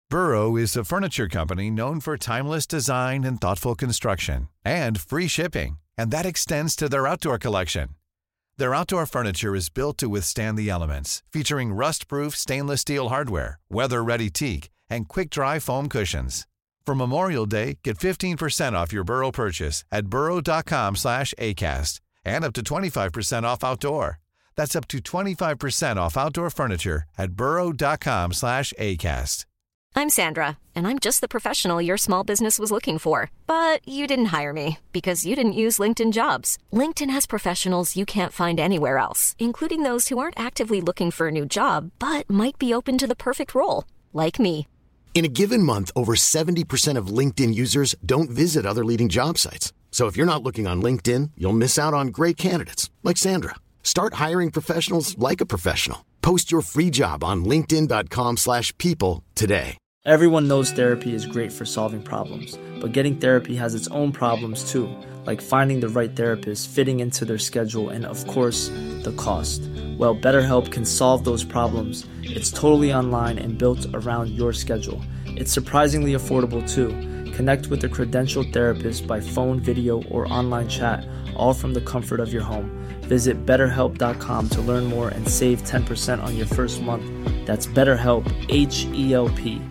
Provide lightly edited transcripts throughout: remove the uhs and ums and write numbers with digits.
Burrow is a furniture company known for timeless design and thoughtful construction, and free shipping, and that extends to their outdoor collection. Their outdoor furniture is built to withstand the elements, featuring rust-proof stainless steel hardware, weather-ready teak, and quick-dry foam cushions. For Memorial Day, get 15% off your Burrow purchase at burrow.com/acast, and up to 25% off outdoor. That's up to 25% off outdoor furniture at burrow.com/acast. I'm Sandra, and I'm just the professional your small business was looking for. But you didn't hire me because you didn't use LinkedIn Jobs. LinkedIn has professionals you can't find anywhere else, including those who aren't actively looking for a new job, but might be open to the perfect role, like me. In a given month, over 70% of LinkedIn users don't visit other leading job sites. So if you're not looking on LinkedIn, you'll miss out on great candidates like Sandra. Start hiring professionals like a professional. Post your free job on linkedin.com/people today. Everyone knows therapy is great for solving problems, but getting therapy has its own problems too, like finding the right therapist, fitting into their schedule, and of course, the cost. Well, BetterHelp can solve those problems. It's totally online and built around your schedule. It's surprisingly affordable too. Connect with a credentialed therapist by phone, video, or online chat, all from the comfort of your home. Visit BetterHelp.com to learn more and save 10% on your first month. That's BetterHelp, H-E-L-P.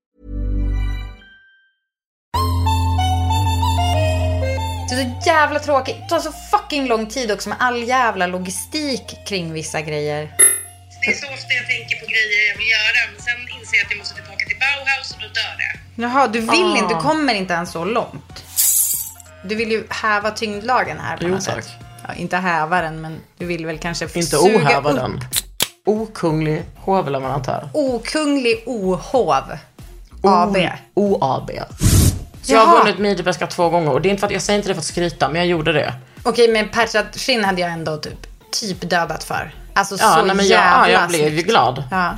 Det är så jävla tråkigt. Det tar så fucking lång tid också med all jävla logistik kring vissa grejer. Det är så ofta jag tänker på grejer jag vill göra, men sen inser jag att jag måste tillbaka till Bauhaus och då dör det. Jaha, du vill inte, du kommer inte ens så långt. Du vill ju häva tyngdlagen här på något sätt. Ja, inte häva den, men du vill väl kanske inte ohäva den. Okunglig hovleverantör. Okunglig ohov. AB. OAB. Så jag har vunnit midjebeska 2 gånger. Och det är inte för att jag säger inte det för att skryta, men jag gjorde det. Okej, men Perchat skinn hade jag ändå typ dödat för. Alltså ja, så nej, men jävla jag blev ju glad. Ja.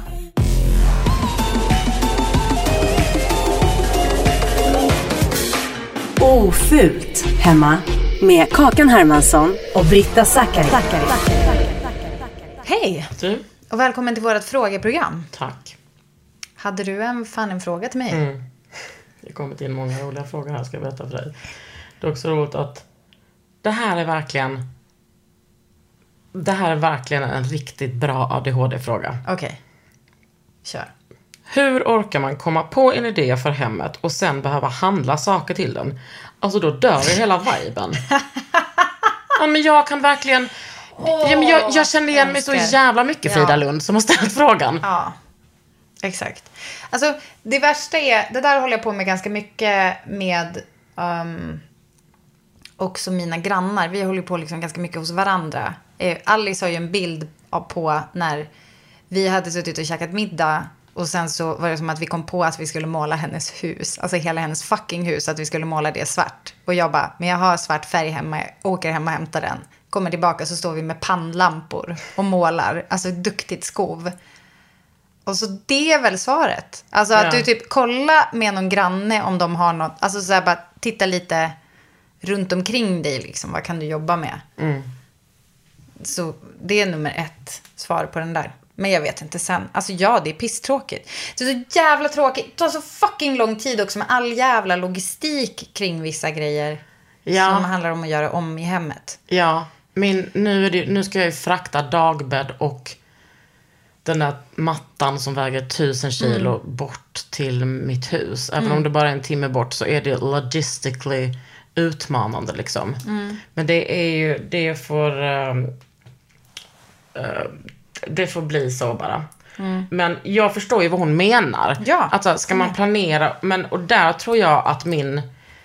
Ofult hemma med Kakan Hermansson och Britta Zackari. Hej! Du? Och välkommen till vårt frågeprogram. Tack. Hade du en fråga till mig? Det kommer till många roliga frågor här, ska jag berätta för dig. Det är också roligt att det här är verkligen en riktigt bra ADHD-fråga. Okej. Kör. Hur orkar man komma på en idé för hemmet och sen behöva handla saker till den? Alltså då dör ju hela viben. Ja, men jag kan verkligen... jag känner igen mig så jävla mycket, Frida Lund, som har ställt frågan. Ja, exakt. Alltså, det värsta är... Det där håller jag på med ganska mycket med... också mina grannar. Vi håller på liksom ganska mycket hos varandra. Alice har ju en bild på när vi hade suttit och käkat middag. Och sen så var det som att vi kom på att vi skulle måla hennes hus. Alltså hela hennes fucking hus. Att vi skulle måla det svart. Och jag bara, men jag har svart färg hemma. Jag åker hem och hämtar den. Kommer tillbaka så står vi med pannlampor och målar. Alltså duktigt skov. Och så det är väl svaret. Alltså att du typ kolla med någon granne om de har något. Alltså så här bara titta lite runt omkring dig liksom. Vad kan du jobba med? Så det är nummer 1 svar på den där. Men jag vet inte sen. Alltså ja, det är pisstråkigt. Det är så jävla tråkigt. Det tar så fucking lång tid också med all jävla logistik kring vissa grejer. Ja. Som handlar om att göra om i hemmet. Ja, men nu ska jag ju frakta dagbädd och den där mattan som väger 1000 kilo bort till mitt hus. Även om det bara är en timme bort så är det logistically utmanande liksom. Men det får bli så bara. Men jag förstår ju vad hon menar. Ja. Alltså ska man planera, och där tror jag att min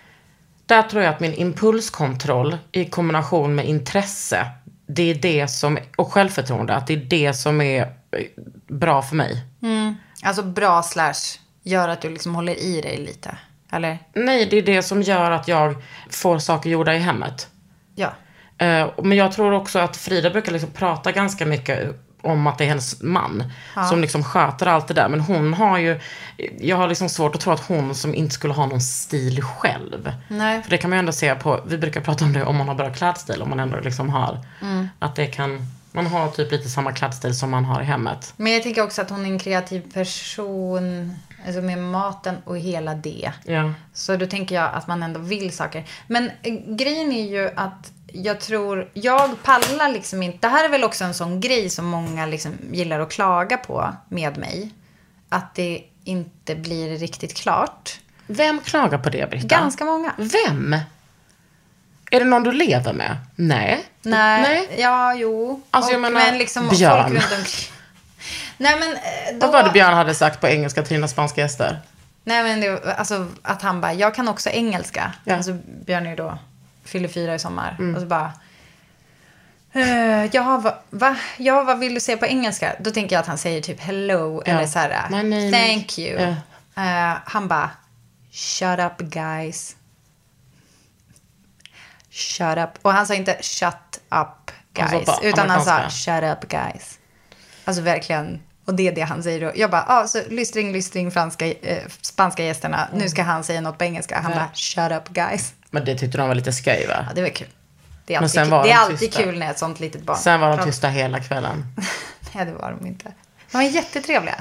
impulskontroll i kombination med intresse, det är det som, och självförtroende, att det är det som är bra för mig. Alltså bra / gör att du liksom håller i dig lite, eller? Nej, det är det som gör att jag får saker gjorda i hemmet. Ja. Men jag tror också att Frida brukar liksom prata ganska mycket om att det är hennes man som liksom sköter allt det där. Men hon har ju... Jag har liksom svårt att tro att hon som inte skulle ha någon stil själv. Nej. För det kan man ju ändå se på... Vi brukar prata om det om man har bra klädstil. Om man ändå liksom har... Att det kan... Man har typ lite samma klädstil som man har i hemmet. Men jag tänker också att hon är en kreativ person. Alltså med maten och hela det. Ja. Så då tänker jag att man ändå vill saker. Men grejen är ju att jag pallar liksom inte. Det här är väl också en sån grej som många liksom gillar att klaga på med mig. Att det inte blir riktigt klart. Vem klagar på det, Britta? Ganska många. Vem? Är det någon du lever med? Nej. Ja, jo. Alltså jag menar, men liksom Björn. folk runt omkring. Nej, men då... Vad var det Björn hade sagt på engelska till dina spanska gäster? Nej, men det, alltså att han bara, jag kan också engelska. Ja. Alltså Björn är ju då fyller 4 i sommar. Och så bara, vad vill du säga på engelska? Då tänker jag att han säger typ hello. Eller så här, thank you. Han bara, shut up guys. Shut up. Och han sa inte shut up guys. Utan han sa shut up guys. Alltså verkligen. Och det är det han säger då. Jag bara, så lystring, spanska gästerna. Nu ska han säga något på engelska. Han bara, shut up guys. Men det tyckte de var lite skoj, va? Ja, det var kul. Det är alltid kul när ett sånt litet barn. Sen var de tysta hela kvällen. Nej, det var de inte. De var jättetrevliga.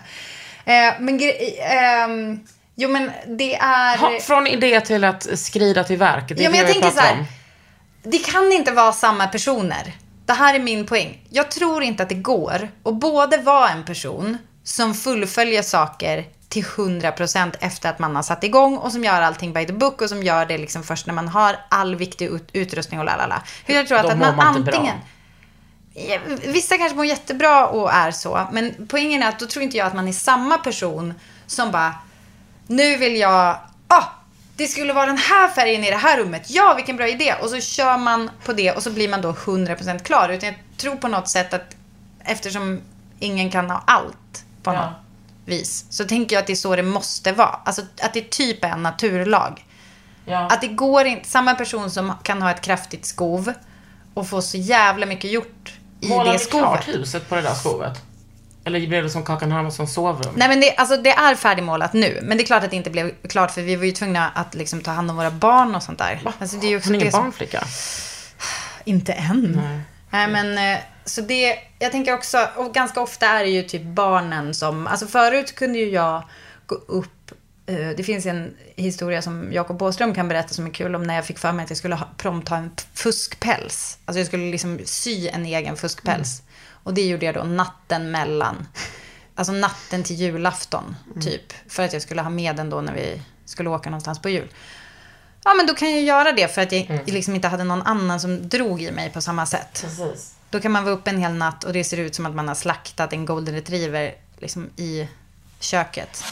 Jo, men det är... Från idé till att skrida till verk. Det är men jag tänker så här. om. Det kan inte vara samma personer. Det här är min poäng. Jag tror inte att det går att både vara en person som fullföljer saker till 100% efter att man har satt igång och som gör allting by the book och som gör det liksom först när man har all viktig utrustning och lalala. Hur jag tror att man antingen... Vissa kanske mår jättebra och är så, men poängen är att då tror inte jag att man är samma person som bara, nu vill jag... det skulle vara den här färgen i det här rummet. Ja, vilken bra idé. Och så kör man på det och så blir man då 100% klar. Utan jag tror på något sätt att eftersom ingen kan ha allt på något vis, så tänker jag att det är så det måste vara. Alltså att det typ är en naturlag. Ja. Att det går inte, samma person som kan ha ett kraftigt skov och få så jävla mycket gjort i det skovet. Målar klart huset på det där skovet? Eller blev det som Kakan Hermansson sovrum? Nej, men det är färdigmålat nu. Men det är klart att det inte blev klart, för vi var ju tvungna att liksom ta hand om våra barn och sånt där. Alltså, det är ju också hon är ingen barnflicka? Inte än. Nej, men så det, jag tänker också, och ganska ofta är det ju typ barnen som, alltså förut kunde ju jag gå upp, det finns en historia som Jakob Båström kan berätta som är kul om när jag fick för mig att jag skulle prompt ha en fuskpäls. Alltså jag skulle liksom sy en egen fuskpäls. Och det gjorde jag då natten mellan, alltså natten till julafton typ, för att jag skulle ha med den då när vi skulle åka någonstans på jul. Ja, men då kan jag göra det för att jag liksom inte hade någon annan som drog i mig på samma sätt. Precis. Då kan man vara uppe en hel natt och det ser ut som att man har slaktat en golden retriever liksom i köket.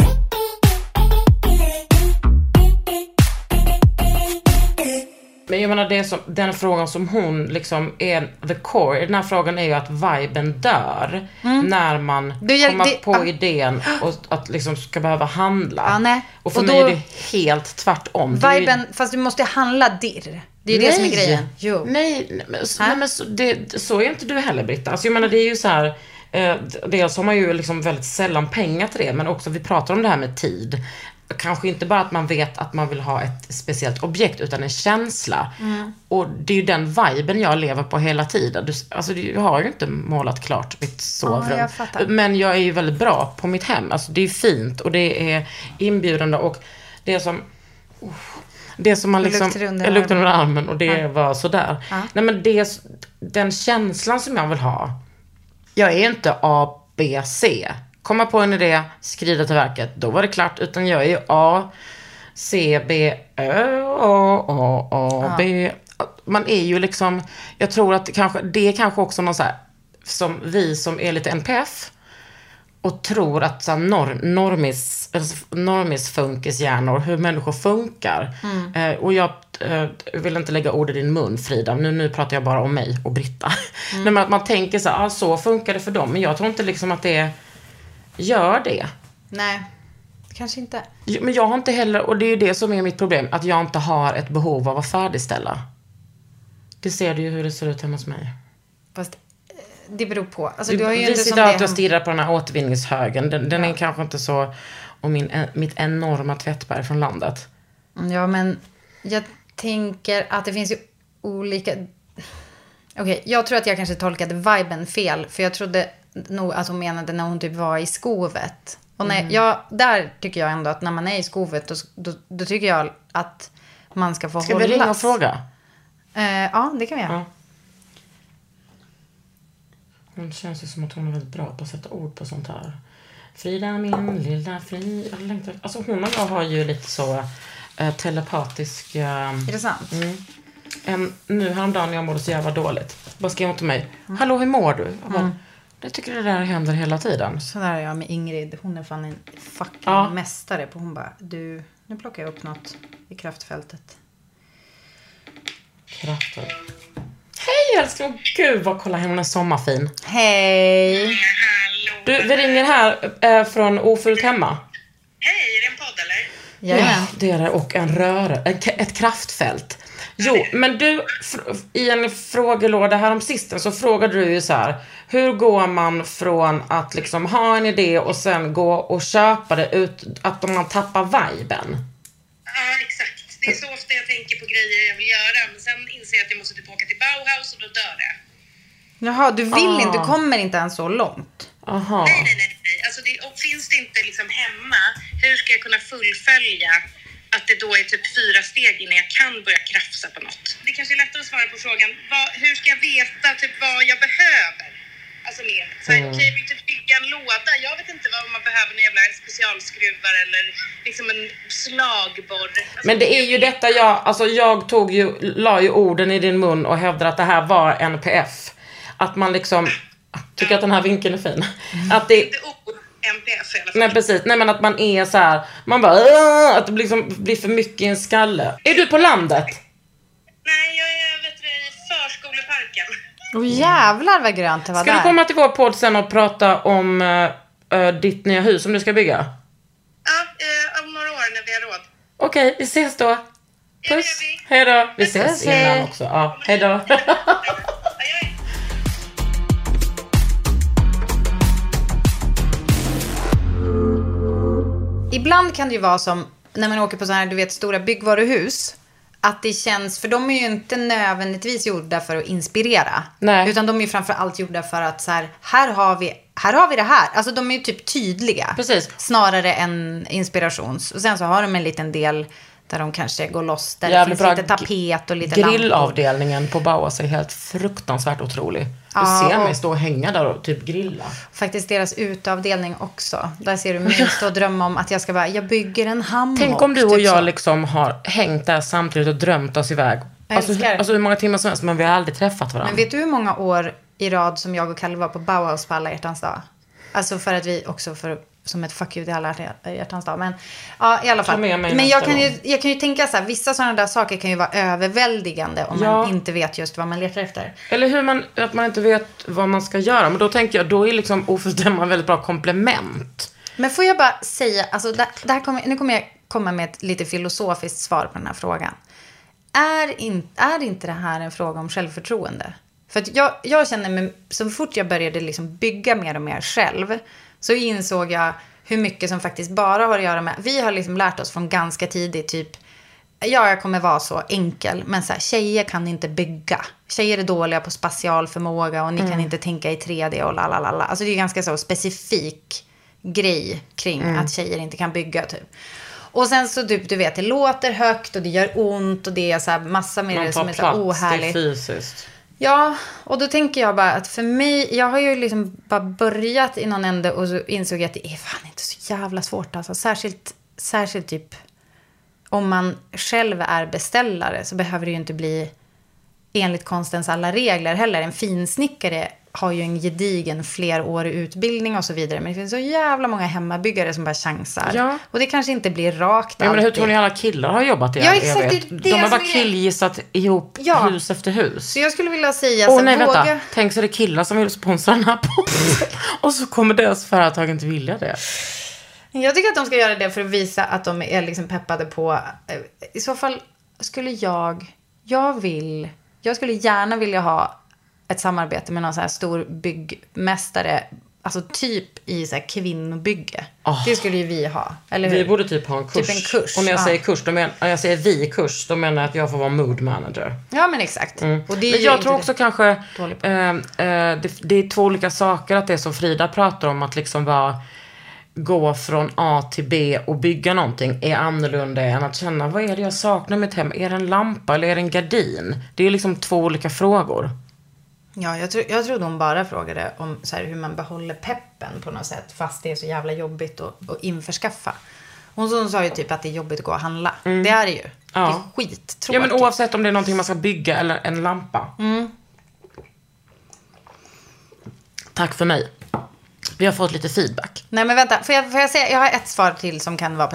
Men jag menar, den frågan som hon liksom är the core, den här frågan är ju att viben dör när man kommer på idén och att liksom ska behöva handla. Ja, nej. Och för mig är det helt tvärtom. Viben, fast du måste handla dirr. Det är ju det som är grejen. Jo. Nej, men så är inte du heller, Britta. Alltså jag menar, det är ju så här, dels har man ju liksom väldigt sällan pengar till det, men också vi pratar om det här med tid. Kanske inte bara att man vet att man vill ha ett speciellt objekt, utan en känsla. Och det är ju den viben jag lever på hela tiden. Alltså jag har ju inte målat klart mitt sovrum. Men jag är ju väldigt bra på mitt hem. Alltså det är fint och det är inbjudande. Och det som man liksom... Jag luktar under armen och det var sådär. Nej, men den känslan som jag vill ha. Jag är inte A, B, C. Komma på en idé, skrida till verket, då var det klart. Utan jag är ju A, C, B, Ö, A, B. Man är ju liksom, jag tror att det är kanske också någon så här, som vi som är lite NPF och tror att så här, normis funkishjärnor, hur människor funkar. Och jag vill inte lägga ord i din mun, Frida. Nu pratar jag bara om mig och Britta. Men att man tänker så här, så funkar det för dem. Men jag tror inte liksom att det gör det. Nej, kanske inte. Men jag har inte heller, och det är ju det som är mitt problem, att jag inte har ett behov av att färdigställa. Det ser du ju hur det ser ut hemma hos mig. Fast det beror på. Alltså, du har ju vi inte sitter alltid och stirrar på den här återvinningshögen. Den är kanske inte så, och mitt enorma tvättberg från landet. Ja, men jag tänker att det finns ju olika... Okej, jag tror att jag kanske tolkade viben fel, för jag trodde nog att hon menade när hon typ var i skovet. Och där tycker jag ändå att när man är i skovet, då tycker jag att man ska få hållas. Ska vi ringa och fråga? Ja, det kan vi göra. Ja. Hon känns ju som att hon är väldigt bra på att sätta ord på sånt här. Frida, min lilla Frida. Alltså hon och jag har ju lite så telepatisk... Är det sant? Nu häromdagen när jag mådde så jävla dåligt. Bara skrev hon till mig. Hallå, hur mår du? Jag bara, jag tycker det där händer hela tiden. Så där är jag med Ingrid. Hon är fan en fucking mästare på. Hon bara, nu plockar jag upp något i kraftfältet. Kraftfält. Hej älskling, gud vad kolla hon är sommarfin. Hej. Du, vi ringer här från Ofullt hemma. Hej, är det en podd eller? Ja, det är det. Och en ett kraftfält. Jo, men du, i en frågelåda här om sisten så frågade du ju så här: hur går man från att liksom ha en idé och sen gå och köpa det ut, att man tappar viben? Ja, exakt. Det är så ofta jag tänker på grejer jag vill göra, men sen inser jag att jag måste typ åka till Bauhaus och då dör det. Jaha, du vill inte, du kommer inte ens så långt. Aha. Nej. Alltså och finns det inte liksom hemma, hur ska jag kunna fullfölja att det då är typ 4 steg innan jag kan börja krafsa på något? Det kanske är lättare att svara på frågan, hur ska jag veta typ vad jag behöver? Alltså mer, okej, jag vill typ bygga en låda. Jag vet inte vad man behöver, en jävla specialskruvar eller liksom en slagborr. Alltså, men det är ju detta jag la ju orden i din mun och hävdade att det här var NPF. Att man liksom, tycker att den här vinkeln är fin. Att det inte NPF i alla fall. Nej, precis. Nej, men att man är så här, man bara, att det liksom blir för mycket i en skalle. Är du på landet? Nej, jag är i förskoleparken. Jävlar vad grönt det var. Ska du komma till vår podd sen och prata om ditt nya hus som du ska bygga? Ja, om några år när vi har råd. Okej, vi ses då. Puss. Hej då. Vi ses innan också. Ja, hej då. Ibland kan det ju vara som när man åker på sådana här, du vet, stora byggvaruhus, att det känns, för de är ju inte nödvändigtvis gjorda för att inspirera. Nej. Utan de är ju framförallt gjorda för att så här har vi det här. Alltså de är ju typ tydliga. Precis. Snarare än inspirations. Och sen så har de en liten del där de kanske går loss. Där jävligt det finns lite tapet och lite grillavdelningen på Bauhaus är helt fruktansvärt otrolig. Du ser mig stå och hänga där och typ grilla. Faktiskt deras utavdelning också. Där ser du mig stå och drömma om att jag bygger en hammock. Tänk om du och jag liksom har hängt där samtidigt och drömt oss iväg. Alltså hur många timmar som helst, men vi har aldrig träffat varandra. Men vet du hur många år i rad som jag och Kalle var på Bauhaus på alla hjärtans dag? Alltså för att vi också som ett fuck you till alla hjärtans dag. Men ja, i alla fall. Men jag kan ju tänka så här, vissa sådana där saker kan ju vara överväldigande om man inte vet just vad man letar efter. Eller att man inte vet vad man ska göra. Men då tänker jag, då är liksom oförstämma väldigt bra komplement. Men får jag bara säga, alltså nu kommer jag komma med ett lite filosofiskt svar på den här frågan. Är inte det här en fråga om självförtroende? För att jag känner mig, så fort jag började liksom bygga mer och mer själv, så insåg jag hur mycket som faktiskt bara har att göra med, vi har liksom lärt oss från ganska tidigt typ, jag kommer vara så enkel, men så här, tjejer kan inte bygga. Tjejer är dåliga på spatial förmåga och ni kan inte tänka i 3D och lalalala. Alltså det är ganska så specifik grej kring att tjejer inte kan bygga typ. Och sen så typ, du vet, det låter högt och det gör ont och det är så här massa med det som är så ohärligt. Det är fysiskt. Ja, och då tänker jag bara att för mig, jag har ju liksom bara börjat i någon ände och så insåg jag att det är fan inte så jävla svårt. Alltså särskilt typ om man själv är beställare så behöver det ju inte bli enligt konstens alla regler heller. En finsnickare har ju en gedigen flerårig utbildning och så vidare. Men det finns så jävla många hemmabyggare som bara chansar. Ja. Och det kanske inte blir rakt men hur tror ni alla killar har jobbat i exakt, de har bara killgissat ihop hus efter hus. Så jag skulle vilja säga vänta. Tänk så är det killar som vill sponsra den här podden. Och så kommer deras företag inte vilja det. Jag tycker att de ska göra det för att visa att de är liksom peppade på. I så fall skulle jag skulle gärna vilja ha ett samarbete med någon så här stor byggmästare, alltså typ i så här kvinnobygge. Det skulle ju vi ha, eller hur? Vi borde typ ha en kurs. Typ en kurs. Och när jag säger kurs, jag säger vi-kurs, då menar jag att jag får vara mood manager. Ja, men exakt. Och det är men jag tror också kanske det är 2 olika saker, att det är som Frida pratar om, att liksom vara gå från A till B och bygga någonting är annorlunda än att känna, vad är det jag saknar med ett hem? Är det en lampa eller är det en gardin? Det är liksom 2 olika frågor. Ja, jag trodde hon bara frågade om så här, hur man behåller peppen på något sätt. Fast det är så jävla jobbigt att införskaffa. Hon sa ju typ att det är jobbigt att gå och handla. Det är det ju. Ja. Det är skittråkigt. Ja, men oavsett om det är någonting man ska bygga eller en lampa. Tack för mig. Vi har fått lite feedback. Nej, men vänta. Får jag säga? Jag har ett svar till som kan vara på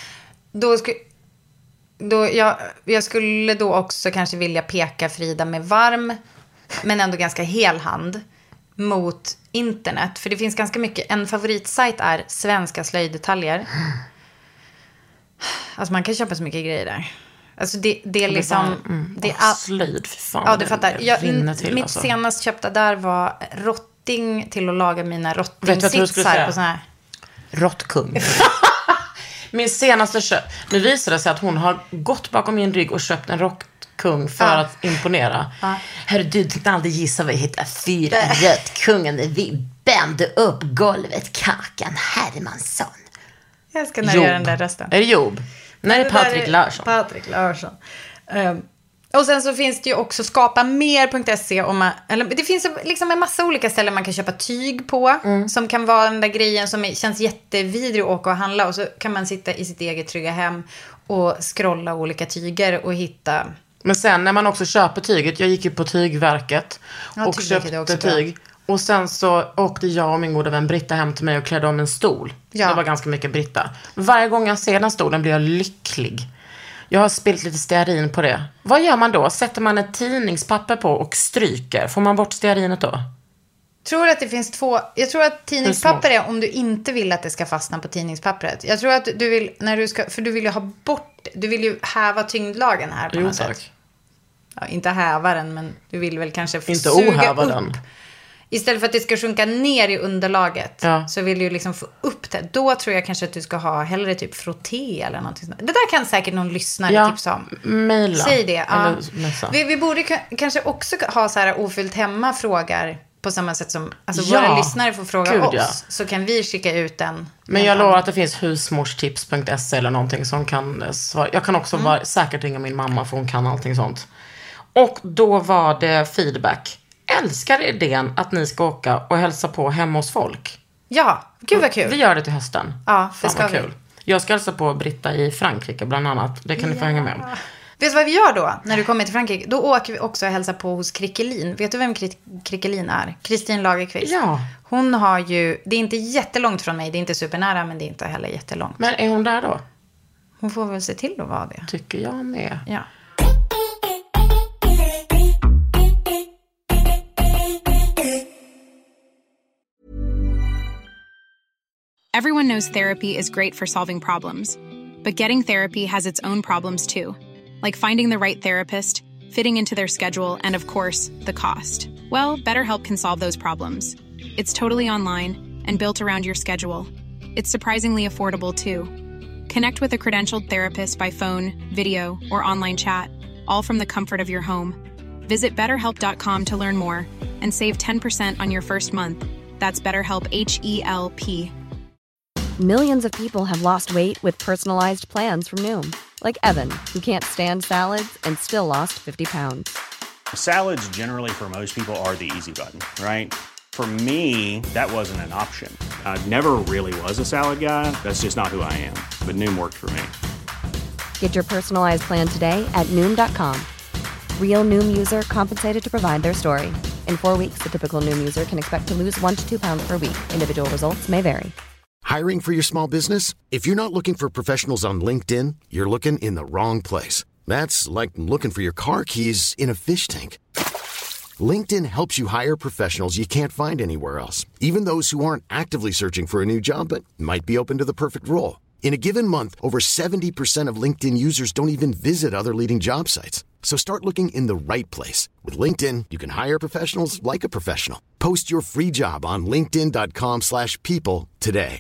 den. Jag skulle då också kanske vilja peka Frida med varm, men ändå ganska hel hand mot internet. För det finns ganska mycket. En favoritsajt är Svenska slöjddetaljer. Alltså man kan köpa så mycket grejer där. Alltså det är liksom... det är slöjd, för fan. Ja, du fattar. Mitt alltså. senast köpta där var rotting till att laga mina rottingsitsar på sån här... Råttkung. Min senaste köp. Nu visar det sig att hon har gått bakom min rygg och köpt en råttkung för att imponera. Hörru, du tänkte aldrig gissa vad jag hittar 4 rötkungar när vi bände upp golvet, Kakan Hermansson. Jag ska göra den där rösten. Är det Jobb? Nej, det är Patrik Larsson. Patrik Larsson. Och sen så finns det ju också skapamer.se. Det finns liksom en massa olika ställen man kan köpa tyg på. Som kan vara den där grejen som känns jättevidrig att åka och handla. Och så kan man sitta i sitt eget trygga hem och scrolla olika tyger och hitta... Men sen när man också köper tyget. Jag gick ju på Tygverket och köpte tyg. Och sen så åkte jag och min goda vän Britta hem till mig och klädde om en stol. Ja. Det var ganska mycket Britta. Varje gång jag ser den stolen blir jag lycklig. Jag har spilt lite stearin på det. Vad gör man då? Sätter man ett tidningspapper på och stryker? Får man bort stearinet då? Tror att det finns 2... Jag tror att tidningspapper är om du inte vill att det ska fastna på tidningspappret. Jag tror att du vill... För du vill ju ha bort... Du vill ju häva tyngdlagen här på något sätt. Ja, inte häva den, men du vill väl kanske inte suga ohäva upp. Den. Istället för att det ska sjunka ner i underlaget så vill du liksom få upp det. Då tror jag kanske att du ska ha hellre typ frotté eller någonting sånt. Det där kan säkert någon lyssnare tipsa om. Mejla. Säg det. Ja. Vi borde kanske också ha så här ofyllt hemma frågar på samma sätt som våra lyssnare får fråga oss. Så kan vi skicka ut den. Men jag lovar att det finns husmorstips.se eller någonting som kan svara. Jag kan också säkert ringa min mamma för hon kan allting sånt. Och då var det feedback. Älskar idén att ni ska åka och hälsa på hemma hos folk. Ja, gud vad kul. Vi gör det till hösten. Ja, det ska vi. Kul. Jag ska hälsa på Britta i Frankrike bland annat. Det kan ni få hänga med om. Vet du vad vi gör då när du kommer till Frankrike? Då åker vi också och hälsar på hos Krickelin. Vet du vem Krickelin är? Kristin Lagerqvist. Ja. Hon har ju, det är inte jättelångt från mig. Det är inte supernära, men det är inte heller jättelångt. Men är hon där då? Hon får väl se till att vara det. Tycker jag med. Ja. Everyone knows therapy is great for solving problems, but getting therapy has its own problems too, like finding the right therapist, fitting into their schedule, and of course, the cost. Well, BetterHelp can solve those problems. It's totally online and built around your schedule. It's surprisingly affordable too. Connect with a credentialed therapist by phone, video, or online chat, all from the comfort of your home. Visit BetterHelp.com to learn more and save 10% on your first month. That's BetterHelp, H-E-L-P. Millions of people have lost weight with personalized plans from Noom. Like Evan, who can't stand salads and still lost 50 pounds. Salads generally for most people are the easy button, right? For me, that wasn't an option. I never really was a salad guy. That's just not who I am. But Noom worked for me. Get your personalized plan today at Noom.com. Real Noom user compensated to provide their story. In 4 weeks, the typical Noom user can expect to lose 1 to 2 pounds per week. Individual results may vary. Hiring for your small business? If you're not looking for professionals on LinkedIn, you're looking in the wrong place. That's like looking for your car keys in a fish tank. LinkedIn helps you hire professionals you can't find anywhere else, even those who aren't actively searching for a new job but might be open to the perfect role. In a given month, over 70% of LinkedIn users don't even visit other leading job sites. So start looking in the right place. With LinkedIn, you can hire professionals like a professional. Post your free job on linkedin.com/people today.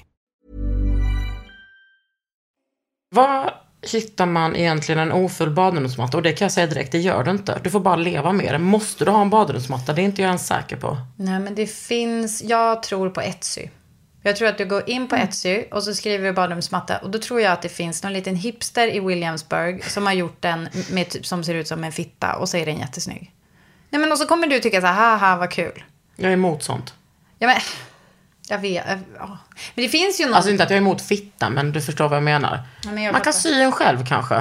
Var hittar man egentligen en ofull badrumsmatta? Och det kan jag säga direkt, det gör du inte. Du får bara leva med det. Måste du ha en badrumsmatta? Det är inte jag ens säker på. Nej, men det finns... Jag tror på Etsy. Jag tror att du går in på Etsy och så skriver du badrumsmatta. Och då tror jag att det finns någon liten hipster i Williamsburg som har gjort den med typ som ser ut som en fitta. Och så är den jättesnygg. Nej, men och så kommer du tycka så här, haha, vad kul. Jag är emot sånt. Ja, men jag vet. Ja. Men det finns ju någon... Alltså inte att jag är emot fitta, men du förstår vad jag menar. Ja, men man kan sy en själv kanske.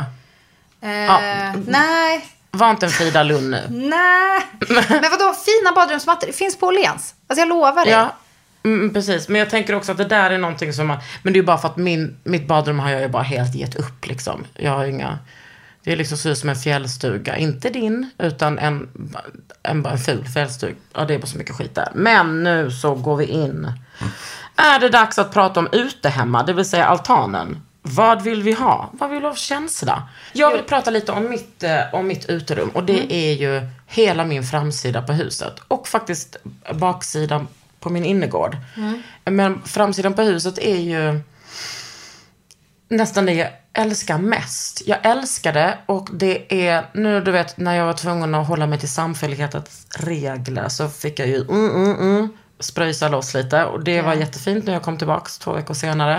Nej. Var inte en Frida Lund nu. Nej. Men vadå, fina badrumsmattor? Det finns på Åhléns. Alltså jag lovar dig. Ja, precis. Men jag tänker också att det där är någonting som man... Men det är ju bara för att mitt badrum har jag ju bara helt gett upp liksom. Jag har inga... Det är liksom så ut som en fjällstuga. Inte din, utan en ful fjällstuga. Ja, det är bara så mycket skit där. Men nu så går vi in. Är det dags att prata om utehemma, det vill säga altanen? Vad vill vi ha? Vad vill vi ha för känsla? Jag vill prata lite om mitt uterum. Och det är ju hela min framsida på huset. Och faktiskt baksidan på min innergård. Men framsidan på huset är ju nästan det jag älskar mest. Jag älskar det, och det är nu, du vet, när jag var tvungen att hålla mig till samfällighetens regler så fick jag ju spröjsa loss lite, och det var jättefint när jag kom tillbaks 2 veckor senare.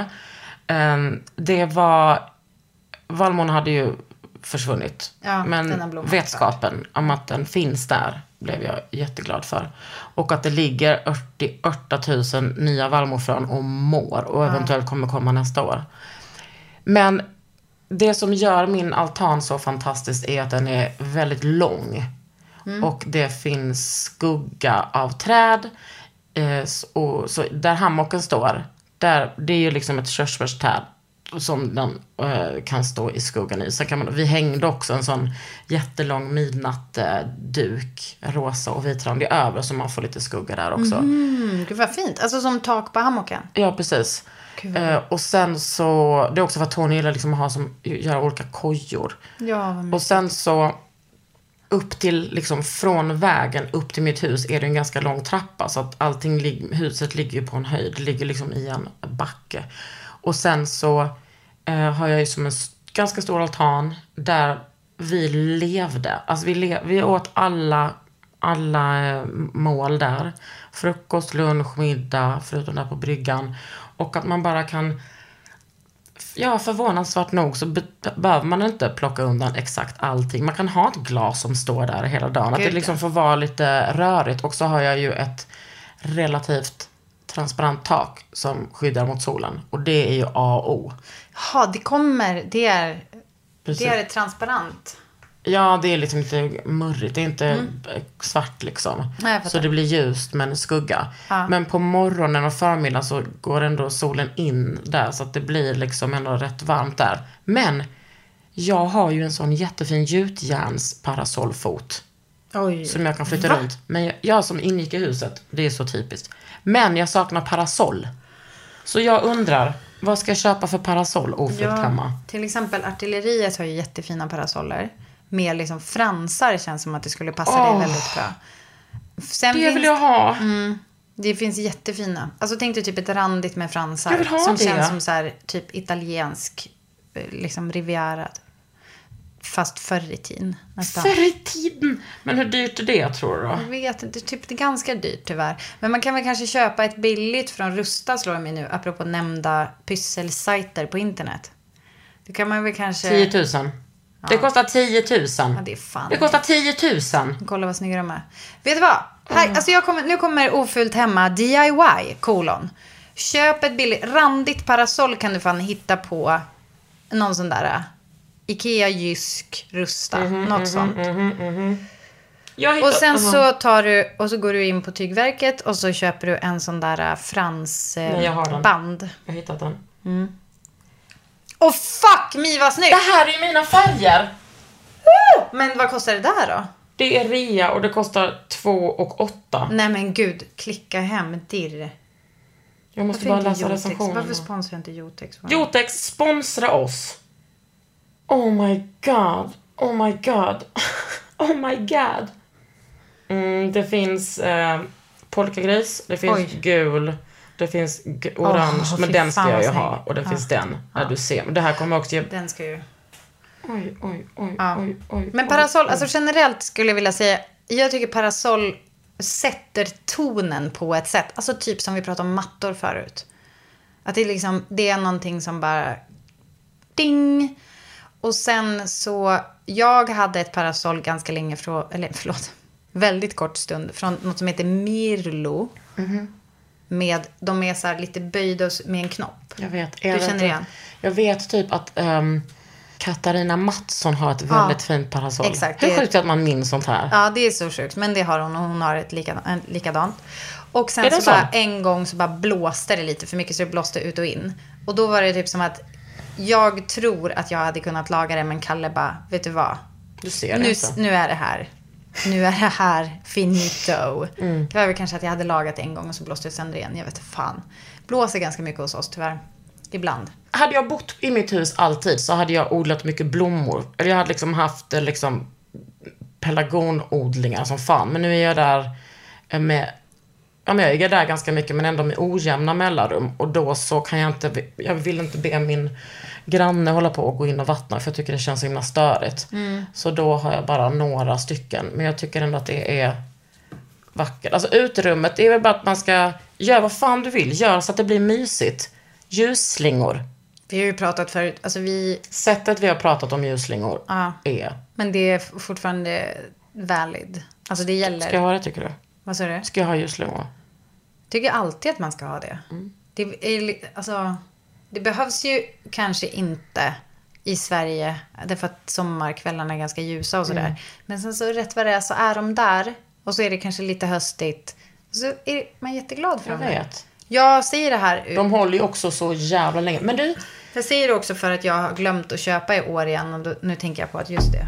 Det var Valmon hade ju försvunnit, men vetskapen om att den finns där blev jag jätteglad för. Och att det ligger 88 000 nya vallmofrön och mår och eventuellt kommer komma nästa år. Men det som gör min altan så fantastisk är att den är väldigt lång. Och det finns skugga av träd. Och så där hammocken står, det är ju liksom ett körsbärsträd som den kan stå i skuggan i. Så vi hängde också en sån jättelång midnattduk, rosa och vitrandig över, så man får lite skugga där också. Gud vad fint. Alltså som tak på hammocken. Ja, precis. Och sen så, det är också för att Tony gillar liksom att göra olika kojor. Ja, och sen så upp till, liksom från vägen upp till mitt hus är det en ganska lång trappa, så att huset ligger ju på en höjd, det ligger liksom i en backe. Och sen så har jag ju som en ganska stor altan där vi levde. Alltså vi åt alla mål där. Frukost, lunch, middag, förutom där på bryggan. Och att man bara kan... Ja, förvånansvärt nog så behöver man inte plocka undan exakt allting. Man kan ha ett glas som står där hela dagen. Att det liksom får vara lite rörigt. Och så har jag ju ett relativt transparent tak som skyddar mot solen. Och det är ju A och O. Ja, det är transparent. Ja, det är liksom lite murrigt. Det är inte svart liksom. Nej, så det blir ljust men skugga. Ja. Men på morgonen och förmiddagen så går ändå solen in där. Så att det blir liksom ändå rätt varmt där. Men jag har ju en sån jättefin gjutjärnsparasollfot. Som jag kan flytta runt. Men jag som ingick i huset, det är så typiskt. Men jag saknar parasoll. Så jag undrar, vad ska jag köpa för parasoll ofyllt hemma? Till exempel Artilleriet har ju jättefina parasoller. Med liksom fransar, känns som att det skulle passa dig väldigt bra. Sen det vill jag ha. Det finns jättefina. Alltså tänk dig typ ett randigt med fransar. Jag vill ha som det. Känns som så här, typ italiensk liksom riviera. Fast förr i tiden. Nästan. Förr i tiden? Men hur dyrt är det, tror du då? Jag vet inte, det är ganska dyrt tyvärr. Men man kan väl kanske köpa ett billigt från Rusta, slår mig nu, apropå nämnda pysselsajter på internet. Det kan man väl kanske... 10 000. Ja. Det kostar 10 000. Ja, det är fan. Det kostar 10 000. Kolla vad snygga de är. Vet du vad? Här, alltså nu kommer ofyllt hemma DIY, : Köp ett billigt, randigt parasoll kan du fan hitta på någon sån där... Ikea, Jysk, Rusta, något sånt. Och sen så tar du, och så går du in på Tygverket och så köper du en sån där frans band. Jag har hittat den. Och fuck me, vad snyggt! Det här är ju mina färger. Men vad kostar det där då? Det är rea och det kostar 2,8. Nej men gud, klicka hem dirr. Jag måste bara läsa recensionen. Varför sponsrar inte Jotex? Jotex, sponsra oss. Oh my god. Oh my god. Oh my god. Det finns polkagris. Det finns gul. Det finns orange. Men den ska jag ju ha. Och det finns den. Du ser. Men det här kommer också... Den ska ju... Oj. Men parasoll, alltså generellt skulle jag vilja säga... Jag tycker parasoll sätter tonen på ett sätt. Alltså typ som vi pratade om mattor förut. Att det är liksom, det är någonting som bara ding. Och sen så, jag hade ett parasoll ganska länge väldigt kort stund från något som heter Mirlo. Med, de är så här lite böjda med en knopp. Jag vet. Du känner igen? Jag vet typ att Katarina Mattsson har ett väldigt fint parasoll. Exakt. Hur sjukt att man minns sånt här? Ja, det är så sjukt. Men det har hon och hon har ett likadant. Och sen så så? bara en gång så bara blåste det lite för mycket så det blåste ut och in. Och då var det typ som att jag tror att jag hade kunnat laga det, men Kalle bara, vet du vad? Du ser det inte. Nu är det här. Nu är det här finito. Det var väl kanske att jag hade lagat en gång och så blåste det sönder igen. Jag vet inte fan. Blåser ganska mycket hos oss tyvärr. Ibland. Hade jag bott i mitt hus alltid så hade jag odlat mycket blommor. Eller jag hade liksom haft liksom pelargonodlingar som fan. Men nu är jag där med... Ja, men jag är där ganska mycket, men ändå med ojämna mellanrum. Och då så kan jag vill inte be min granne hålla på och gå in och vattna, för jag tycker det känns så himla störigt. Så då har jag bara några stycken. Men jag tycker ändå att det är vackert. Alltså utrummet, det är väl bara att man ska göra vad fan du vill. Gör så att det blir mysigt. Ljusslingor. Vi har ju pratat förut. Alltså Sättet vi har pratat om ljusslingor är... Men det är fortfarande valid. Alltså det gäller... Ska jag ha det, tycker du? Vad sa du? Ska jag ha ljusslingor? Tycker alltid att man ska ha det. Det behövs ju kanske inte i Sverige. Därför att sommarkvällarna är ganska ljusa och sådär. Men sen så rätt vad det är så är de där. Och så är det kanske lite höstigt. Så är man jätteglad för jag dem. Vet. Jag säger det här. De håller ju också så jävla länge. Men du... Jag säger det också för att jag har glömt att köpa i år igen. Och nu tänker jag på att just det.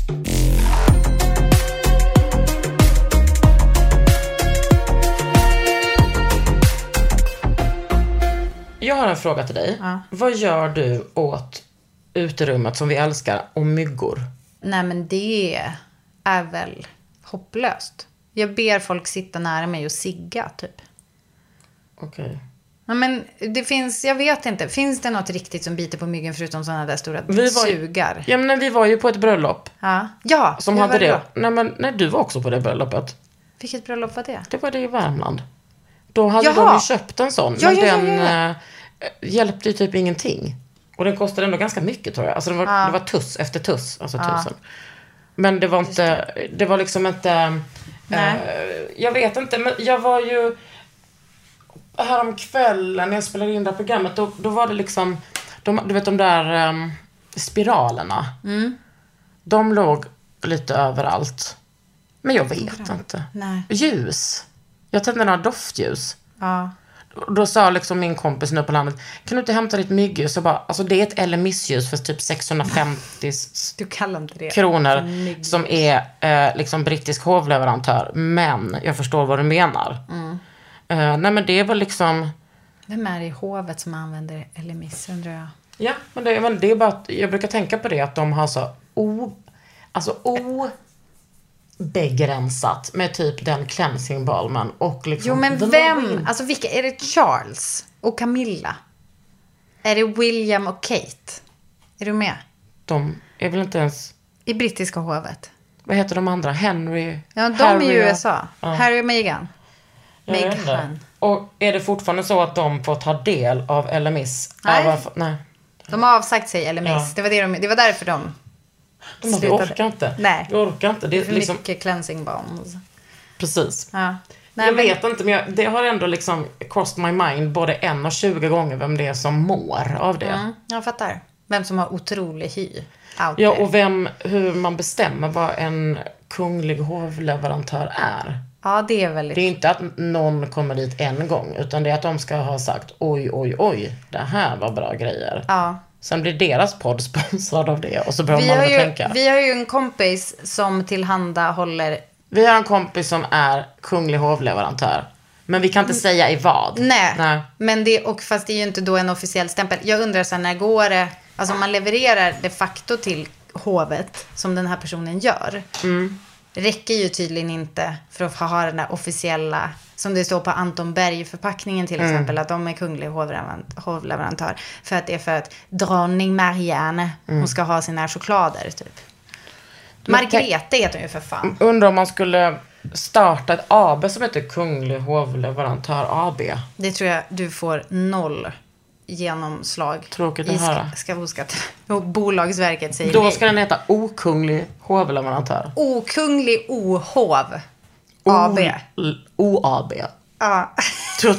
Jag har en fråga till dig. Vad gör du åt uterummet som vi älskar och myggor? Nej, men det är väl hopplöst. Jag ber folk sitta nära mig och sigga, typ. Okej. Ja, men det finns, jag vet inte. Finns det något riktigt som biter på myggen förutom sådana där stora sugar? Ja, men vi var ju på ett bröllop. Ja. Som hade det. Nej, du var också på det bröllopet. Vilket bröllop var det? Det var det i Värmland. Då hade de ju köpt en sån. Men den hjälpte ju typ ingenting. Och den kostade ändå ganska mycket, tror jag. Alltså det var tuss efter tuss. Alltså 1000. Men det var inte... Det var liksom inte... jag vet inte, men jag var ju... Härom kvällen när jag spelade in det här programmet, då var det liksom... Du vet de där spiralerna. De låg lite överallt. Men jag vet inte. Nej. Ljus. Jag tände några doftljus. Ja. Då sa liksom min kompis nu på landet, kan du inte hämta ditt myggljus? Så bara, alltså det är ett LMS-ljus för typ 650 du kallar inte det kronor som är liksom brittisk hovleverantör. Men jag förstår vad du menar. Nej, men det är väl liksom... Vem är det i hovet som använder LMS, undrar jag? Ja, men det är bara att jag brukar tänka på det, att de har så begränsat med typ den cleansing balmen och liksom... Jo, men vem? Alltså vilka? Är det Charles och Camilla? Är det William och Kate? Är du med? De är väl inte ens... I brittiska hovet. Vad heter de andra? Henry? Ja, de är i USA. Harry och Meghan. Meghan. Och är det fortfarande så att de får ta del av LMS? Nej. De har avsagt sig LMS. Ja. Det var därför de slutade. Vi orkar inte. Nej. Vi orkar inte. Det är för liksom... mycket cleansing balms. Precis. Ja. Nej, jag vet inte, men det har ändå liksom crossed my mind både 1 och 20 gånger vem det är som mår av det. Jag fattar. Vem som har otrolig hy. Ja, och hur man bestämmer vad en kunglig hovleverantör är. Ja, det är väldigt... Det är inte att någon kommer dit en gång, utan det är att de ska ha sagt oj, det här var bra grejer. Ja. Sen blir deras podd sponsrad av det, och så börjar man tänka. Vi har ju en kompis som tillhandahåller... Vi har en kompis som är kunglig hovleverantör. Men vi kan inte säga i vad. Nej. Men fast det är ju inte då en officiell stämpel. Jag undrar så här, när går det... Alltså om man levererar de facto till hovet, som den här personen gör. Det räcker ju tydligen inte för att ha den där officiella, som det står på Anton Berg-förpackningen till exempel, att de är kunglig hovleverantör. För att det är för att dronning Marianne, hon ska ha sina choklader typ. Margrethe heter hon ju för fan. Undrar om man skulle starta ett AB som heter Kunglig Hovleverantör AB. Det tror jag du får 0 genomslag. Tråkigt att höra. Och Bolagsverket säger då ska den heta Okunglig hovleverantör. Okunglig Ohov AB. OAB. Ja. Vi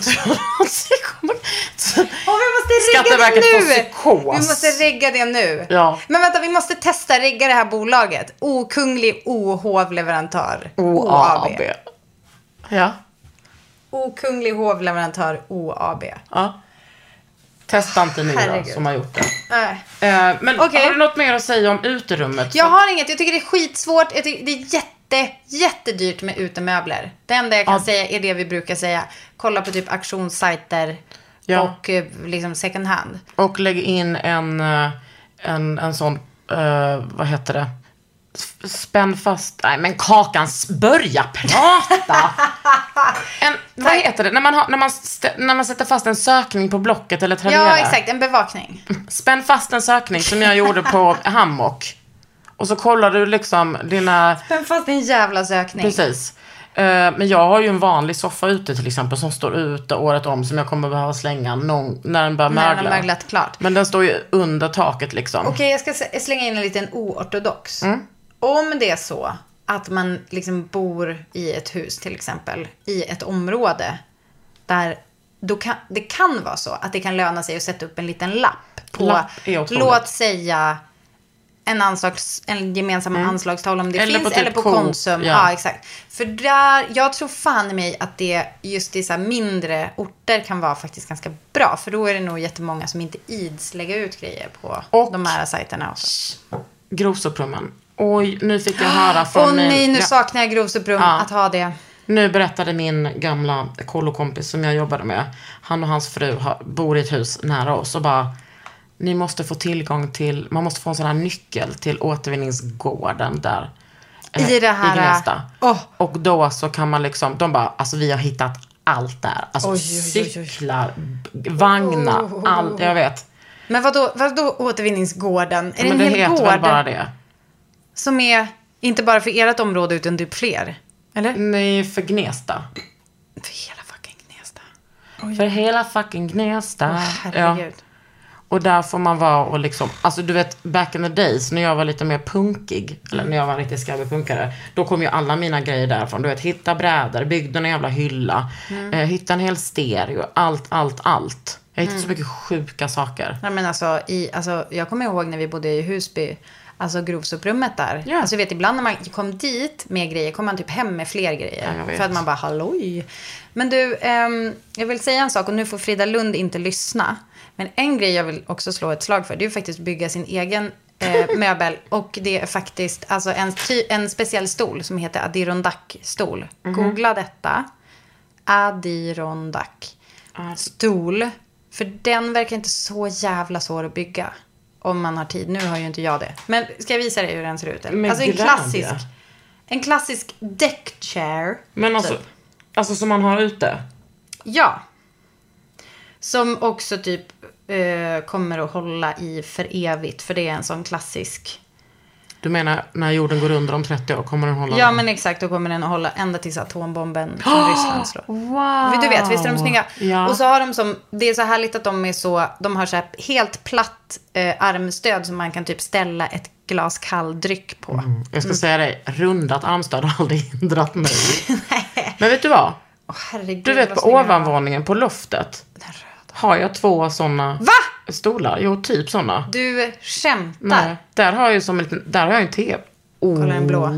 måste regga det nu. Ja. Men vänta, vi måste testa regga det här bolaget. Okunglig Ohovleverantör OAB. Ja. Okunglig Hovleverantör OAB. Ja. Testa inte ni då, som har gjort det. Men okay. Har du något mer att säga om uterummet? Jag har inget, jag tycker det är skitsvårt. Det är jättedyrt med utemöbler. Det enda jag kan säga är det vi brukar säga. Kolla på typ auktionssajter och liksom second hand. Och lägg in en sån, vad heter det? Spänn fast. Nej, men Kakan, börja prata. Vad heter det? När man sätter fast en sökning på Blocket eller Tradera. Ja, exakt, en bevakning. Spänn fast en sökning som jag gjorde på Hammock. Och så kollar du liksom dina... Spänn fast en jävla sökning. Precis. Men jag har ju en vanlig soffa ute till exempel som står ute året om, som jag kommer behöva slänga när den börjar mögla. När den har möglat klart. Men den står ju under taket liksom. Okej, jag ska slänga in en liten oortodox. Om det är så att man liksom bor i ett hus till exempel, i ett område där det kan vara så att det kan löna sig att sätta upp en liten lapp på, låt säga en gemensam anslagstavla om det eller finns, på typ eller på Konsum. Ja, exakt. För där, jag tror fan i mig att det just i så här mindre orter kan vara faktiskt ganska bra. För då är det nog jättemånga som inte ids lägga ut grejer på de här sajterna också. Grovsoprummen. Oj, nu fick jag höra från nu saknar jag grovsoprum att ha det. Nu berättade min gamla kollokompis som jag jobbade med. Han och hans fru bor i ett hus nära oss och bara... Ni måste få tillgång till... Man måste få en sån här nyckel till återvinningsgården där. I det här... I Gnesta. Och då så kan man liksom... De bara, alltså vi har hittat allt där. Alltså cyklar, vagnar, allt. Jag vet. Men vadå återvinningsgården? Är det en hel heter gård? Väl bara det. Som är inte bara för ert område utan typ fler? Eller? Nej, för Gnesta. För hela fucking Gnesta. För hela fucking Gnesta. Herregud. Ja. Och där får man vara och liksom... Alltså du vet, back in the days, när jag var lite mer punkig, eller när jag var riktigt skabbig-punkare, då kom ju alla mina grejer därifrån. Du vet, hitta brädor, byggde en jävla hylla, hitta en hel stereo, allt. Jag hittade så mycket sjuka saker. Nej, men alltså, jag kommer ihåg när vi bodde i Husby, alltså grovsoprummet där. Yeah. Alltså vet, ibland när man kom dit med grejer, kom man typ hem med fler grejer. Ja, för att man bara, halloj. Men du, jag vill säga en sak, och nu får Frida Lund inte lyssna. Men en grej jag vill också slå ett slag för, det är ju faktiskt bygga sin egen möbel. Och det är faktiskt alltså en speciell stol som heter Adirondack-stol. Googla detta. Adirondack. Stol. För den verkar inte så jävla svår att bygga. Om man har tid. Nu har ju inte jag det. Men ska jag visa dig hur den ser ut? Eller? Alltså en klassisk deck chair. Men alltså som man har ute? Ja. Som också typ kommer att hålla i för evigt. För det är en sån klassisk... Du menar när jorden går under om 30 år kommer den hålla? Ja, men exakt. Då kommer den att hålla ända tills atombomben från Ryssland slår. Wow. Du vet, visst är de snygga? Ja. Och så har de det är så härligt att de har så här helt platt armstöd som man kan typ ställa ett glas kall dryck på. Jag ska säga dig, rundat armstöd har aldrig hindrat mig. Men vet du vad? Herregud, du vet, på ovanvåningen, på loftet, har jag 2 såna stolar. Jo, typ såna. Du skämtar. Nej, där har jag en te. Kolla en blå.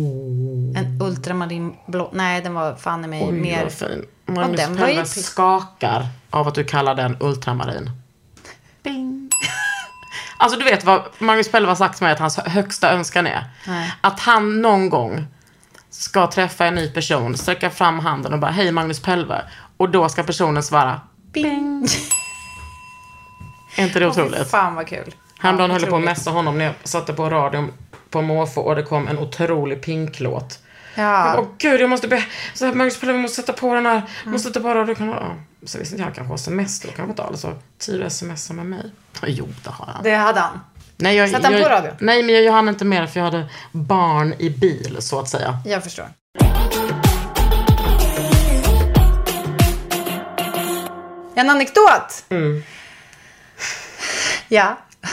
En ultramarin blå. Nej, den var fan i mig mer... Vad fin. Den var ju skakar av att du kallar den ultramarin. Bing. Alltså du vet vad Magnus Pelve har sagt till mig att hans högsta önskan är. Nej. Att han någon gång ska träffa en ny person, sträcka fram handen och bara, hej Magnus Pelve. Och då ska personen svara bing. Är inte det otroligt? Fan vad kul. Häromdagen höll jag på att mässa honom när jag satte på radion på måfå och det kom en otrolig pinklåt. Ja. Åh gud, jag måste så här, Magnus Pelve, måste sätta på den här. Måste sätta på radion. Så visste inte jag kanske har semester och kanske inte alltså 10 smsar med mig. Jo, det har han. Det hade han. Nej, satt han på radio? Nej, men jag hann inte mer för jag hade barn i bil, så att säga. Jag förstår. En anekdot. Ja.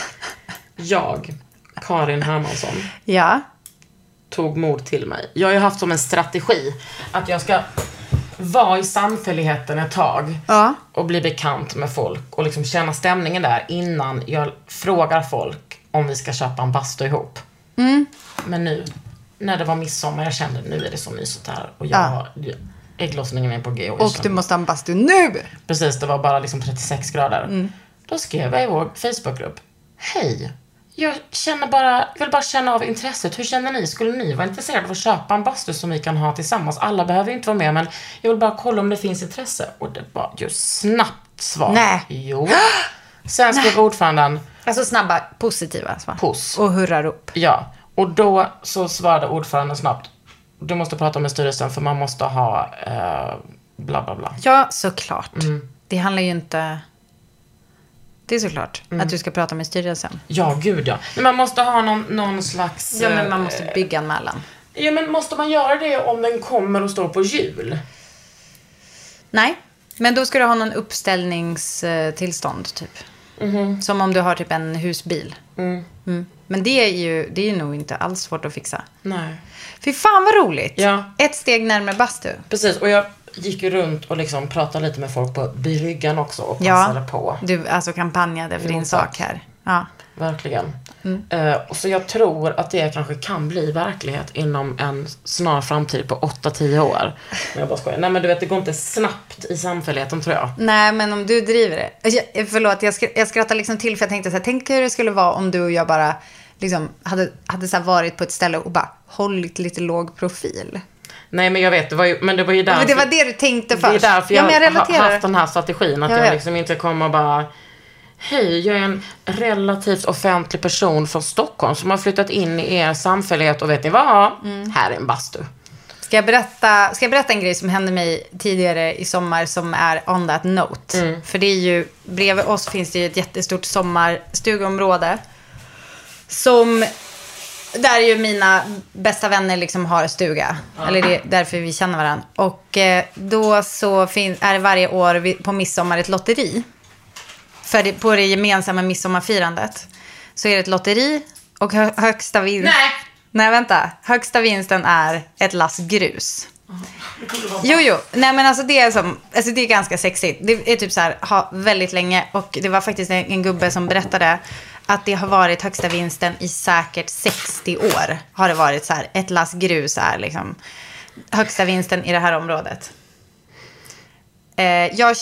Jag, Karin Hermansson, Ja. tog mod till mig. Jag har ju haft som en strategi att jag ska vara i samfälligheten ett tag och bli bekant med folk och liksom känna stämningen där innan jag frågar folk om vi ska köpa en bastu ihop. Men nu, när det var midsommar, jag kände nu är det så mysigt här och ägglossningen är på G. Och du måste ha en bastu nu! Precis, det var bara liksom 36 grader. Då skrev jag i vår Facebookgrupp: hej, jag vill bara känna av intresset. Hur känner ni? Skulle ni vara intresserade av att köpa en bastu som vi kan ha tillsammans? Alla behöver inte vara med, men jag vill bara kolla om det finns intresse. Och det var ju snabbt svar. Nej. Jo. Sen skrev ordföranden... Alltså snabba, positiva svar. Puss. Och hurrarop. Ja. Och då så svarade ordföranden snabbt: du måste prata med styrelsen för man måste ha bla bla bla. Ja, såklart. Det handlar ju inte... Det är såklart att du ska prata med styrelsen. Ja, gud ja. Men man måste ha någon slags... Ja, men man måste bygga en mellan. Ja, men måste man göra det om den kommer och står på jul? Nej, men då ska du ha någon uppställningstillstånd typ. Som om du har typ en husbil. Men det är ju nog inte alls svårt att fixa. Nej. Fy fan vad roligt. Ja. Ett steg närmare bastu. Precis, och jag gick ju runt och liksom pratade lite med folk på bryggan också och passade på. Du alltså kampanjade för din sak här. Ja. Verkligen. Och så jag tror att det kanske kan bli verklighet inom en snar framtid på 8-10 år. Men jag bara skojar. Nej, men du vet, det går inte snabbt i samfälligheten, tror jag. Nej, men om du driver det. Förlåt, jag skrattar liksom till för jag tänkte så här, tänk hur det skulle vara om du och jag bara liksom hade så här varit på ett ställe och bara hållit lite låg profil. Nej, men jag vet, det var ju därför... Men det var det du tänkte först. Det är därför jag har haft den här strategin. Att jag vet. liksom inte kommer bara... Hej, jag är en relativt offentlig person från Stockholm som har flyttat in i er samfällighet och vet ni vad? Här är en bastu. Ska jag berätta en grej som hände mig tidigare i sommar som är on that note? För det är ju, bredvid oss finns det ju ett jättestort sommarstugområde där ju mina bästa vänner liksom har stuga. Eller det är därför vi känner varandra. Och då så är det varje år på midsommar ett lotteri. På det gemensamma midsommarfirandet så är det ett lotteri och högsta vinst... Nej, vänta. Högsta vinsten är ett lass grus. Jo. Nej, men alltså det är ganska sexigt. Det är typ så här, väldigt länge. Och det var faktiskt en gubbe som berättade att det har varit högsta vinsten i säkert 60 år. Har det varit så här, ett lass grus är liksom högsta vinsten i det här området. Jag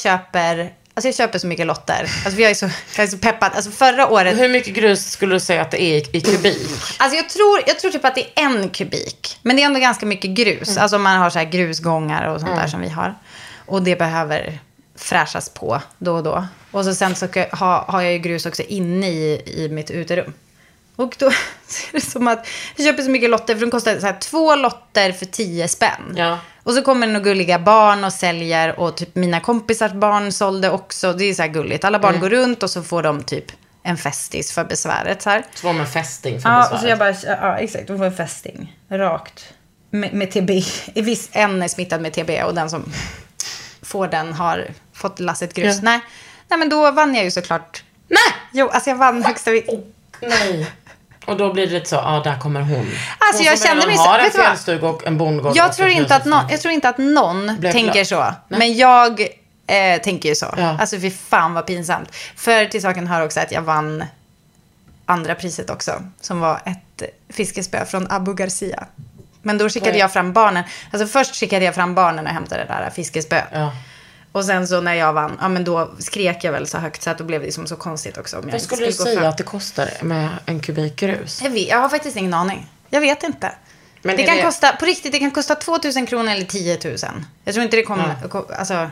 köper så mycket lotter. Alltså jag är så peppad. Alltså förra året... Hur mycket grus skulle du säga att det är i kubik? Alltså jag tror typ att det är 1 kubik. Men det är ändå ganska mycket grus. Alltså man har så här grusgångar och sånt där som vi har. Och det behöver fräschas på då och då. Och så sen så har jag ju grus också inne i mitt uterum. Och då ser det som att jag köper så mycket lotter. För de kostar så här 2 lotter för 10 spänn. Ja. Och så kommer det några gulliga barn och säljer. Och typ mina kompisars barn sålde också. Det är så här gulligt. Alla barn går runt och så får de typ en festis för besväret. Så här. 2 med fästing för besväret. Ja, och så jag bara, ja exakt. De får en fästing. Rakt. Med TB. En är smittad med TB. Och den som får den har fått lasset grus. Ja. Nej, men då vann jag ju såklart. Nej! Jo, alltså jag vann högsta... Nej. Och då blir det lite så, där kommer hon. Alltså jag kände mig så, har en fjällstuga och en bondgård. Jag tror inte att någon tänker så. Nej. Men jag tänker ju så. Ja. Alltså fy fan vad pinsamt. För till saken hör också att jag vann andra priset också. Som var ett fiskespö från Abu Garcia. Men då skickade jag fram barnen. Alltså först skickade jag fram barnen och hämtade det där fiskespö. Ja. Och sen så när jag vann, men då skrek jag väl så högt så att då blev det liksom så konstigt också. Vad skulle du säga att det kostar med 1 kubik grus? Jag har faktiskt ingen aning. Jag vet inte. Men det kan kosta, på riktigt, det kan kosta 2,000 kronor eller 10,000. Jag tror inte det kommer, alltså,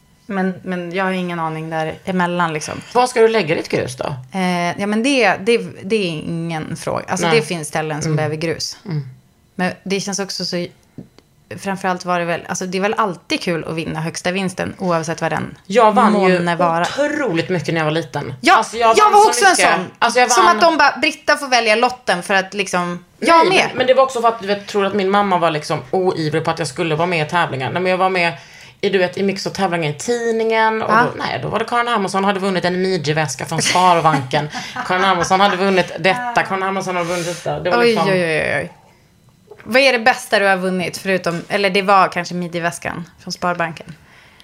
men jag har ingen aning där emellan liksom. Vad ska du lägga ditt grus då? Ja men det är ingen fråga. Alltså det finns ställen som behöver grus. Men det känns också så... Framförallt var det väl, alltså det är väl alltid kul att vinna högsta vinsten oavsett vad den jag vann ju otroligt mycket när jag var liten. Ja, alltså jag var också en sån. Alltså som att de bara, Britta får välja lotten för att liksom, jag med. Men det var också för att jag tror att min mamma var liksom oivrig på att jag skulle vara med i tävlingar. Men jag var med i mycket av tävlingar i tidningen. Och då var det Karin Hermansson hade vunnit en midjeväska från Sparbanken. Karin Hermansson hade vunnit detta. Karin Hermansson hade vunnit detta. Det var liksom... Oj. Vad är det bästa du har vunnit förutom, eller det var kanske midjeväskan från Sparbanken?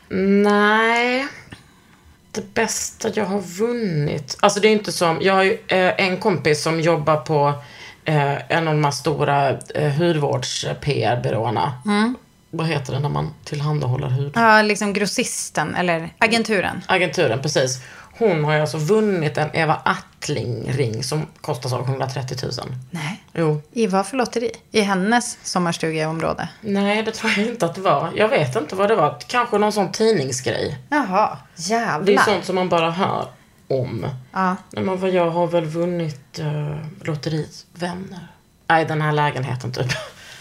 Nej, det bästa jag har vunnit. Alltså det är inte som, jag har ju en kompis som jobbar på en av de här stora hudvårds-PR-byråerna. Vad heter det när man tillhandahåller hud? Ja, liksom grossisten eller agenturen. Agenturen, precis. Hon har ju alltså vunnit en Eva Attling-ring som kostar 130 000. Nej. Jo. I vad för lotteri? I hennes sommarstugeområde? Nej, det tror jag inte att det var. Jag vet inte vad det var. Kanske någon sån tidningsgrej. Jaha, jävlar. Det är sånt som man bara hör om. Ja. Nej, men jag har väl vunnit lotteriet vänner. Nej, den här lägenheten typ.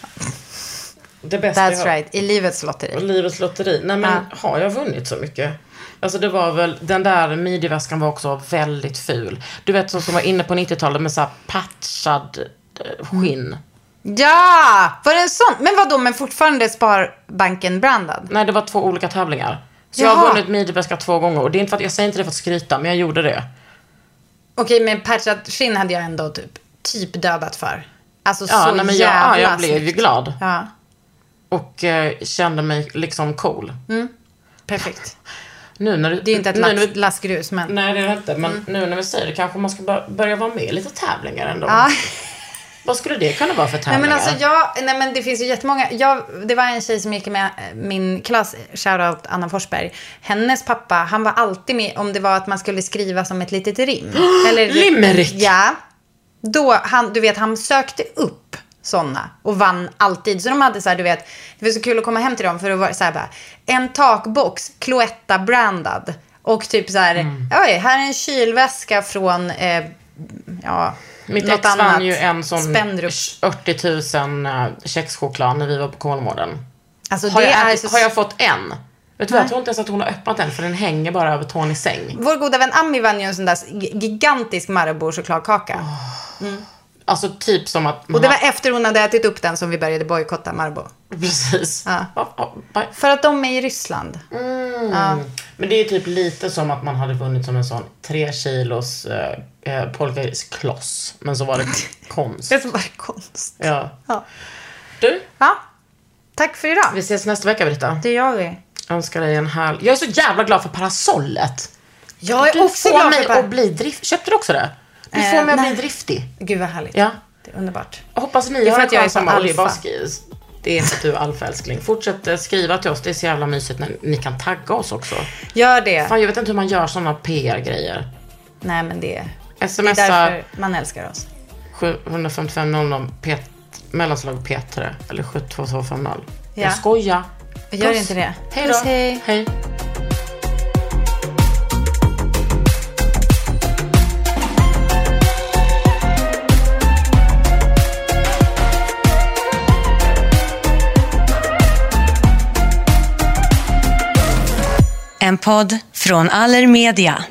Det bästa That's right, i livets lotteri. Livets lotteri. Nej, men har jag vunnit så mycket? Alltså det var väl, den där midjeväskan var också väldigt ful. Du vet, som var inne på 90-talet med så här patchad skinn. Ja, var det en sån? Men vadå, men fortfarande Sparbanken-brandad? Nej, det var 2 olika tävlingar. Så jag har vunnit midjeväska 2 gånger. Och det är inte för att jag säger inte det för att skryta, men jag gjorde det. Okej, men patchad skinn hade jag ändå typ dödat för. Alltså ja, så nej, men jag blev ju glad. Ja. Och kände mig liksom cool. Perfekt. Nu när det är inte ett lastgrus, men... Nej, det är det inte. Men nu när vi säger det, kanske man ska börja vara med i lite tävlingar ändå. Ja. Vad skulle det kunna vara för tävlingar? Nej, men det finns ju jättemånga. Det var en tjej som gick med min klass, shoutout Anna Forsberg. Hennes pappa, han var alltid med om det var att man skulle skriva som ett litet rim. Eller limerick! Ja. Då, han sökte upp såna och vann alltid. Så de hade så här, det var så kul att komma hem till dem för att vara så här bara, en takbox Cloetta brandad och typ så här, oj, här är en kylväska från mitt ex vann ju en sån 80 000 kexchoklad när vi var på Kolmården. Alltså har jag fått en? Vet du vad, jag tror inte ens att hon har öppnat den, för den hänger bara över Tony säng. Vår goda vän Ami vann ju en sån där gigantisk Marabou-chokladkaka. Alltså typ som att... Och det var efter hon hade ätit upp den som vi började bojkotta Marabou. Precis. Ja. För att de är i Ryssland. Ja. Men det är typ lite som att man hade vunnit som en sån 3 kilos polkagriskloss. Men så var det konst. Det var konst. Ja. Du? Ja. Tack för idag. Vi ses nästa vecka, Britta. Det gör vi. Jag önskar dig en härlig... Jag är så jävla glad för parasollet. Jag är också glad för att bli drift. Köpte du också det? Du får mig att bli driftig. Gud vad härligt. Ja. Det är underbart. Jag hoppas ni har en samma alfa. Det är för att du är alfa-älskling. Fortsätt skriva till oss. Det är så jävla mysigt när ni kan tagga oss också. Gör det. Fan, jag vet inte hur man gör sådana PR-grejer. Nej, men det är därför man älskar oss. 755 00 mellanslag P3 eller 72250. Ja. Jag skojar. Gör inte det. Hej då. Hej. En podd från Allermedia.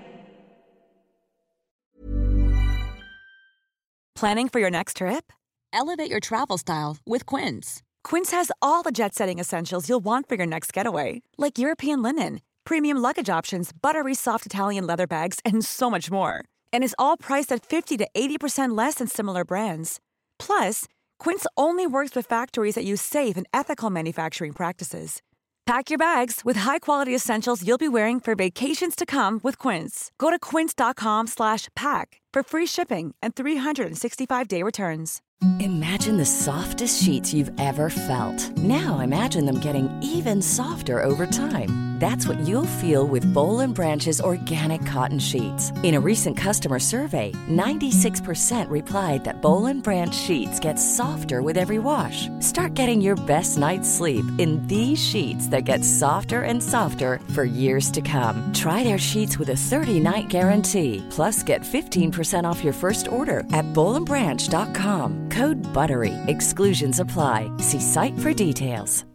Planning for your next trip? Elevate your travel style with Quince. Quince has all the jet-setting essentials you'll want for your next getaway, like European linen, premium luggage options, buttery soft Italian leather bags, and so much more. And is all priced at 50 to 80% less than similar brands. Plus, Quince only works with factories that use safe and ethical manufacturing practices. Pack your bags with high-quality essentials you'll be wearing for vacations to come with Quince. Go to quince.com/pack for free shipping and 365-day returns. Imagine the softest sheets you've ever felt. Now imagine them getting even softer over time. That's what you'll feel with Boll & Branch's organic cotton sheets. In a recent customer survey, 96% replied that Boll & Branch sheets get softer with every wash. Start getting your best night's sleep in these sheets that get softer and softer for years to come. Try their sheets with a 30-night guarantee. Plus, get 15% off your first order at bollandbranch.com. Code BUTTERY. Exclusions apply. See site for details.